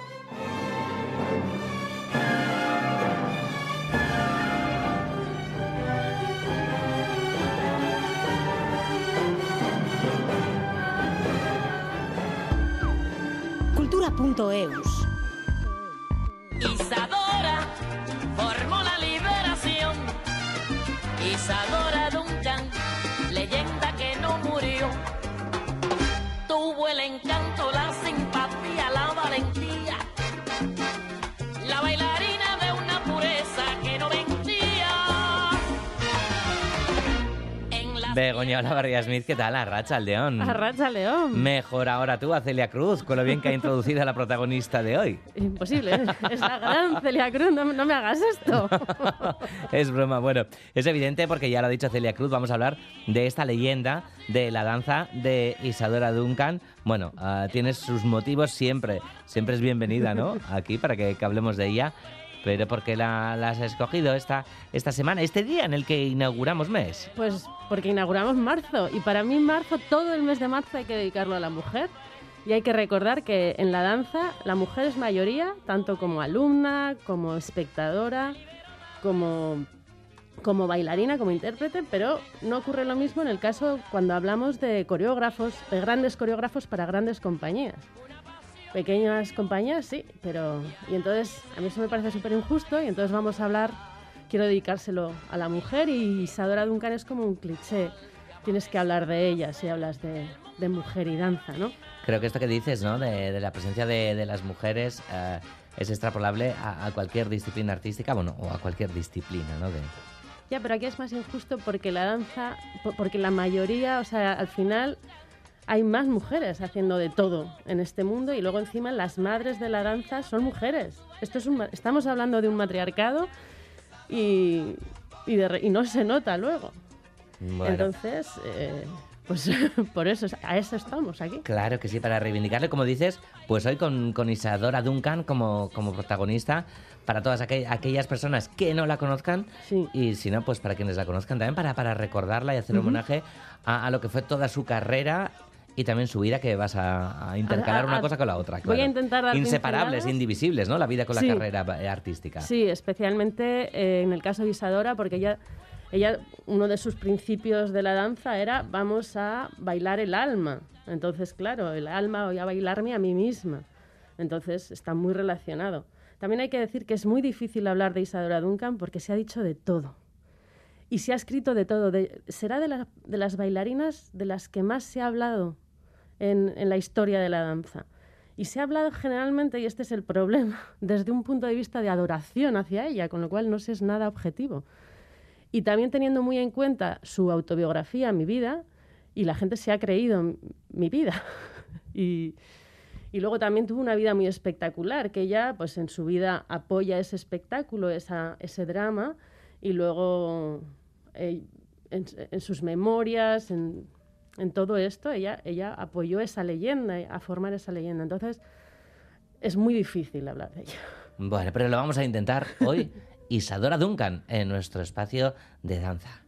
Cultura.eus. Isadora formó la liberación. Isadora Duncan, leyenda que no murió. Tuvo el encanto, la simpatía, la valentía. La bailarina de una pureza que no mentía. Begoña Olavarría Smith, ¿qué tal? Arratsaldeon. Arratsaldeon. Mejor ahora tú a Celia Cruz, con lo bien que ha introducido a la protagonista de hoy. Imposible, es la gran Celia Cruz, no me hagas esto. Es broma, bueno, es evidente porque ya lo ha dicho Celia Cruz, vamos a hablar de esta leyenda de la danza de Isadora Duncan. Bueno, tienes sus motivos siempre es bienvenida, ¿no? Aquí para que hablemos de ella. Pero ¿por qué la has escogido esta semana, este día en el que inauguramos mes? Pues porque inauguramos marzo y para mí marzo, todo el mes de marzo hay que dedicarlo a la mujer y hay que recordar que en la danza la mujer es mayoría, tanto como alumna, como espectadora, como bailarina, como intérprete, pero no ocurre lo mismo en el caso cuando hablamos de coreógrafos, de grandes coreógrafos para grandes compañías. Pequeñas compañías, sí, pero... Y entonces, a mí eso me parece súper injusto y entonces vamos a hablar, quiero dedicárselo a la mujer y Isadora Duncan es como un cliché tienes que hablar de ella si hablas de mujer y danza, ¿no? Creo que esto que dices, ¿no? De la presencia de las mujeres es extrapolable a cualquier disciplina artística, bueno, o a cualquier disciplina, ¿no? Ya, pero aquí es más injusto porque la danza, porque la mayoría, o sea, al final hay más mujeres haciendo de todo en este mundo y luego encima las madres de la danza son mujeres. Estamos hablando de un matriarcado y no se nota luego. Bueno. Entonces, pues por eso, a eso estamos aquí. Claro que sí, para reivindicarle, como dices, pues hoy con Isadora Duncan como protagonista, para todas aquellas personas que no la conozcan, y si no, pues para quienes la conozcan también, para recordarla y hacer homenaje a lo que fue toda su carrera y también su vida, que vas a intercalar una cosa con la otra. Claro. Voy a intentar dar inseparables, pinceladas. Indivisibles, ¿no? La vida con la carrera artística. Sí, especialmente en el caso de Isadora, porque ella, uno de sus principios de la danza era vamos a bailar el alma. Entonces, claro, el alma, voy a bailarme a mí misma. Entonces, está muy relacionado. También hay que decir que es muy difícil hablar de Isadora Duncan porque se ha dicho de todo. Y se ha escrito de todo. Será de las bailarinas de las que más se ha hablado en la historia de la danza. Y se ha hablado generalmente, y este es el problema, desde un punto de vista de adoración hacia ella, con lo cual no se es nada objetivo. Y también teniendo muy en cuenta su autobiografía, Mi vida, y la gente se ha creído mi vida. Y luego también tuvo una vida muy espectacular, que ella pues en su vida apoya ese espectáculo, ese drama, y luego en sus memorias, en todo esto, ella apoyó esa leyenda, a formar esa leyenda. Entonces, es muy difícil hablar de ella. Bueno, pero lo vamos a intentar hoy. Isadora Duncan, en nuestro espacio de danza.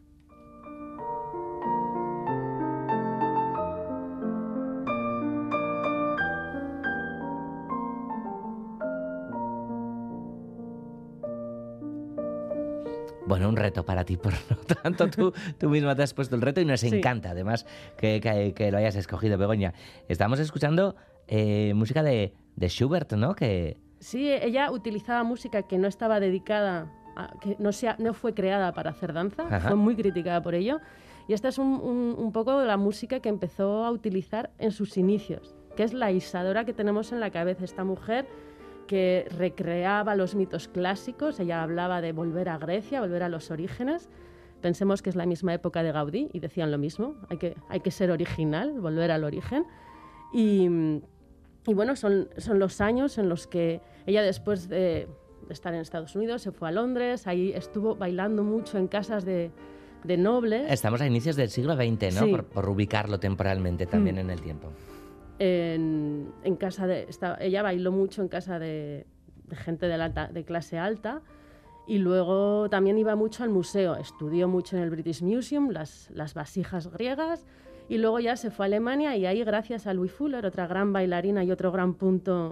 Bueno, un reto para ti, por lo tanto tú misma te has puesto el reto y nos encanta además que lo hayas escogido, Begoña. Estamos escuchando música de Schubert, ¿no? Sí, ella utilizaba música que no estaba dedicada, que no fue creada para hacer danza. Ajá. Fue muy criticada por ello. Y esta es un poco la música que empezó a utilizar en sus inicios, que es la Isadora que tenemos en la cabeza, esta mujer que recreaba los mitos clásicos. Ella hablaba de volver a Grecia, volver a los orígenes. Pensemos que es la misma época de Gaudí y decían lo mismo, hay que ser original, volver al origen. Y bueno, son los años en los que ella, después de estar en Estados Unidos, se fue a Londres, ahí estuvo bailando mucho en casas de nobles. Estamos a inicios del siglo XX, ¿no? Sí. Por ubicarlo temporalmente también en el tiempo. En casa ella bailó mucho en casa de gente de clase alta, y luego también iba mucho al museo, estudió mucho en el British Museum, las vasijas griegas, y luego ya se fue a Alemania, y ahí, gracias a Louis Fuller, otra gran bailarina y otro gran punto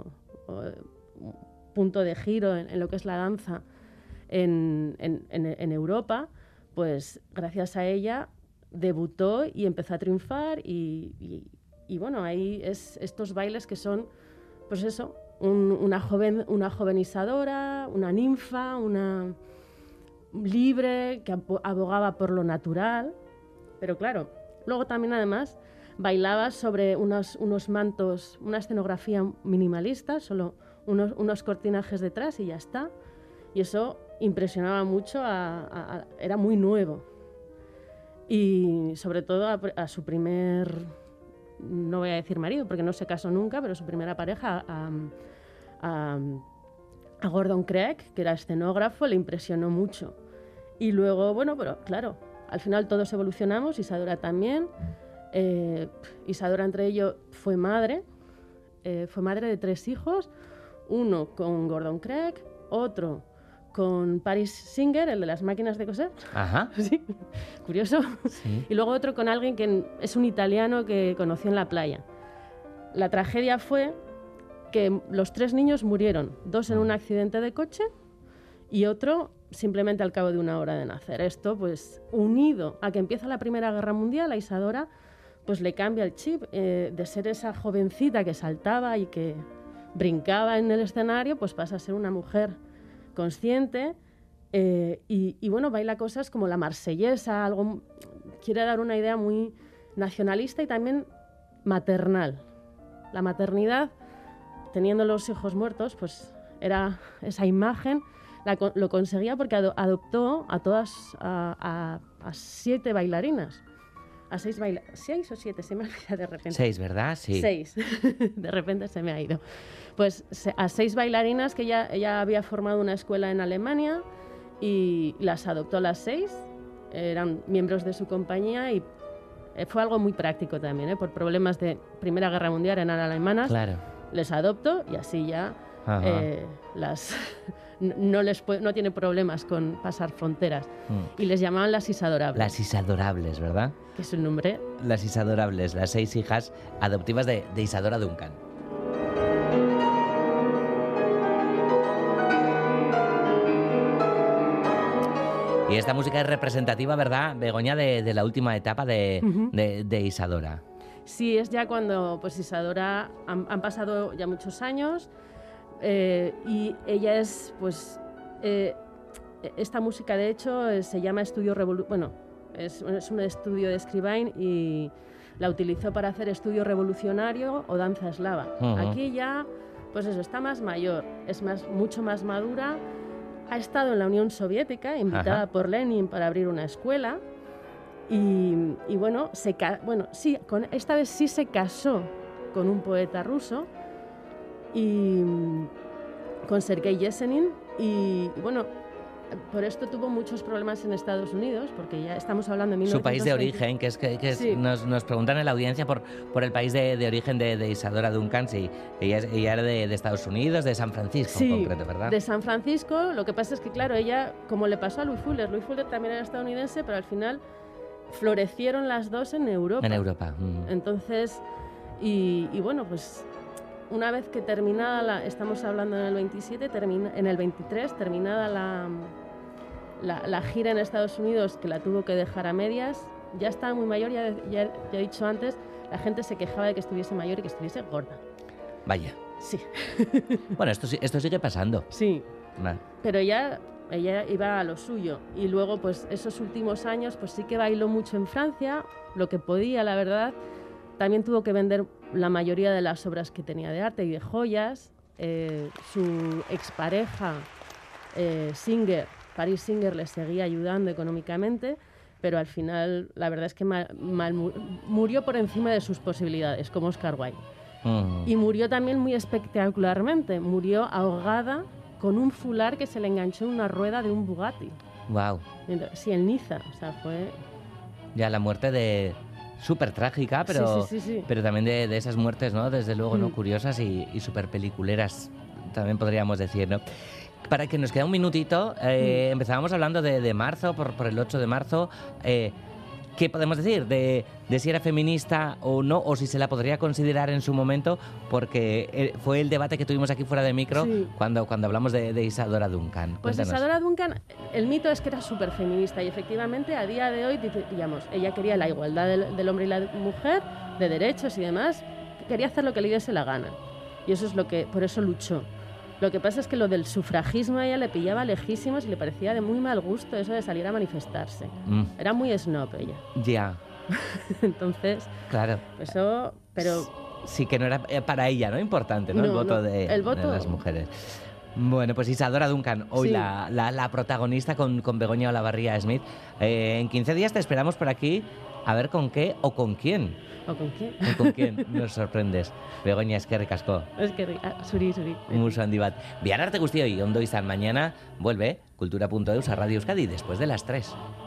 de giro en lo que es la danza en Europa, pues gracias a ella debutó y empezó a triunfar, y bueno, ahí estos bailes que son, pues eso, una joven Isadora, una ninfa, una libre, que abogaba por lo natural, pero claro, luego también además bailaba sobre unos mantos, una escenografía minimalista, solo unos cortinajes detrás y ya está, y eso impresionaba mucho, era muy nuevo, y sobre todo a su primer, no voy a decir marido porque no se casó nunca, pero su primera pareja, a Gordon Craig, que era escenógrafo, le impresionó mucho. Y luego, bueno, pero claro, al final todos evolucionamos, Isadora también. Isadora, entre ellos, fue madre de 3 hijos, uno con Gordon Craig, otro con Paris Singer, el de las máquinas de coser. Ajá. Sí, curioso. Sí. Y luego otro con alguien que es un italiano que conoció en la playa. La tragedia fue que los 3 niños murieron, 2 en un accidente de coche y otro simplemente al cabo de 1 hora de nacer. Esto, pues, unido a que empieza la Primera Guerra Mundial, a Isadora pues le cambia el chip de ser esa jovencita que saltaba y que brincaba en el escenario, pues pasa a ser una mujer consciente, y bueno, baila cosas como la marsellesa, algo quiere dar una idea muy nacionalista y también maternal. La maternidad, teniendo los hijos muertos, pues era esa imagen, lo conseguía porque adoptó a todas, a 7 bailarinas. A 6 o 7, se me ha olvidado de repente. 6, ¿verdad? Sí. 6, de repente se me ha ido. Pues a 6 bailarinas que ella había formado una escuela en Alemania y las adoptó a las 6, eran miembros de su compañía y fue algo muy práctico también, por problemas de Primera Guerra Mundial, eran alemanas, claro. Les adopto y así ya no tiene problemas con pasar fronteras. Y les llamaban las Isadorables. Las Isadorables, ¿verdad? Que es un nombre. Las Isadorables, las 6 hijas adoptivas de Isadora Duncan. Y esta música es representativa, ¿verdad, Begoña, de la última etapa de Isadora? Sí, es ya cuando pues Isadora han pasado ya muchos años y ella es, pues, esta música de hecho se llama Estudio Revolucionario, bueno, es un estudio de Scriabin y la utilizó para hacer Estudio Revolucionario o Danza Eslava. Aquí ya, pues eso, está más mayor, es mucho más madura. Ha estado en la Unión Soviética, invitada por Lenin para abrir una escuela y bueno, esta vez sí se casó con un poeta ruso y con Sergei Yesenin y bueno, por esto tuvo muchos problemas en Estados Unidos, porque ya estamos hablando de 1920. Su país de origen, sí. nos preguntan en la audiencia por el país de origen de Isadora Duncan, sí. Ella era de Estados Unidos, de San Francisco en concreto, ¿verdad? De San Francisco. Lo que pasa es que, claro, ella, como le pasó a Louis Fuller también era estadounidense, pero al final florecieron las dos en Europa. En Europa. Entonces, y bueno, pues una vez que terminada, estamos hablando en el 27, en el 23, terminada la gira en Estados Unidos, que la tuvo que dejar a medias, ya estaba muy mayor, ya he dicho antes, la gente se quejaba de que estuviese mayor y que estuviese gorda. Vaya. Sí. Bueno, esto sigue pasando. Sí. Vale. Pero ella iba a lo suyo y luego, pues esos últimos años, pues sí que bailó mucho en Francia, lo que podía, la verdad. También tuvo que vender la mayoría de las obras que tenía de arte y de joyas. Su expareja, Paris Singer, le seguía ayudando económicamente, pero al final la verdad es que murió por encima de sus posibilidades, como Oscar Wilde. Y murió también muy espectacularmente. Murió ahogada con un fular que se le enganchó en una rueda de un Bugatti. Wow. Sí, en Niza. O sea, fue... Ya la muerte de... súper trágica, pero, sí. pero también de esas muertes, ¿no? Desde luego, ¿no? Curiosas y súper peliculeras, también podríamos decir, ¿no? Para que nos queda un minutito, empezábamos hablando de marzo, por el 8 de marzo. ¿Qué podemos decir de si era feminista o no, o si se la podría considerar en su momento? Porque fue el debate que tuvimos aquí fuera de micro cuando hablamos de Isadora Duncan. Pues Cuéntanos. Isadora Duncan, el mito es que era súper feminista y efectivamente a día de hoy, digamos, ella quería la igualdad del hombre y la mujer, de derechos y demás, quería hacer lo que le diese la gana. Y eso es por eso luchó. Lo que pasa es que lo del sufragismo a ella le pillaba lejísimos y le parecía de muy mal gusto eso de salir a manifestarse. Era muy snob ella. Ya. Entonces, claro. Eso, pero... Sí, que no era para ella, ¿no? Importante, ¿no? El voto de las mujeres. Bueno, pues Isadora Duncan, hoy la protagonista con Begoña Olavarría Smith. En 15 días te esperamos por aquí a ver con qué o con quién. ¿O con quién? ¿O con quién nos sorprendes? Begoña, eskerrik asko. Zuri. Muso handi bat. Bihar arte guztioi, ondo izan. Mañana vuelve Cultura.eus a Radio Euskadi después de las 3.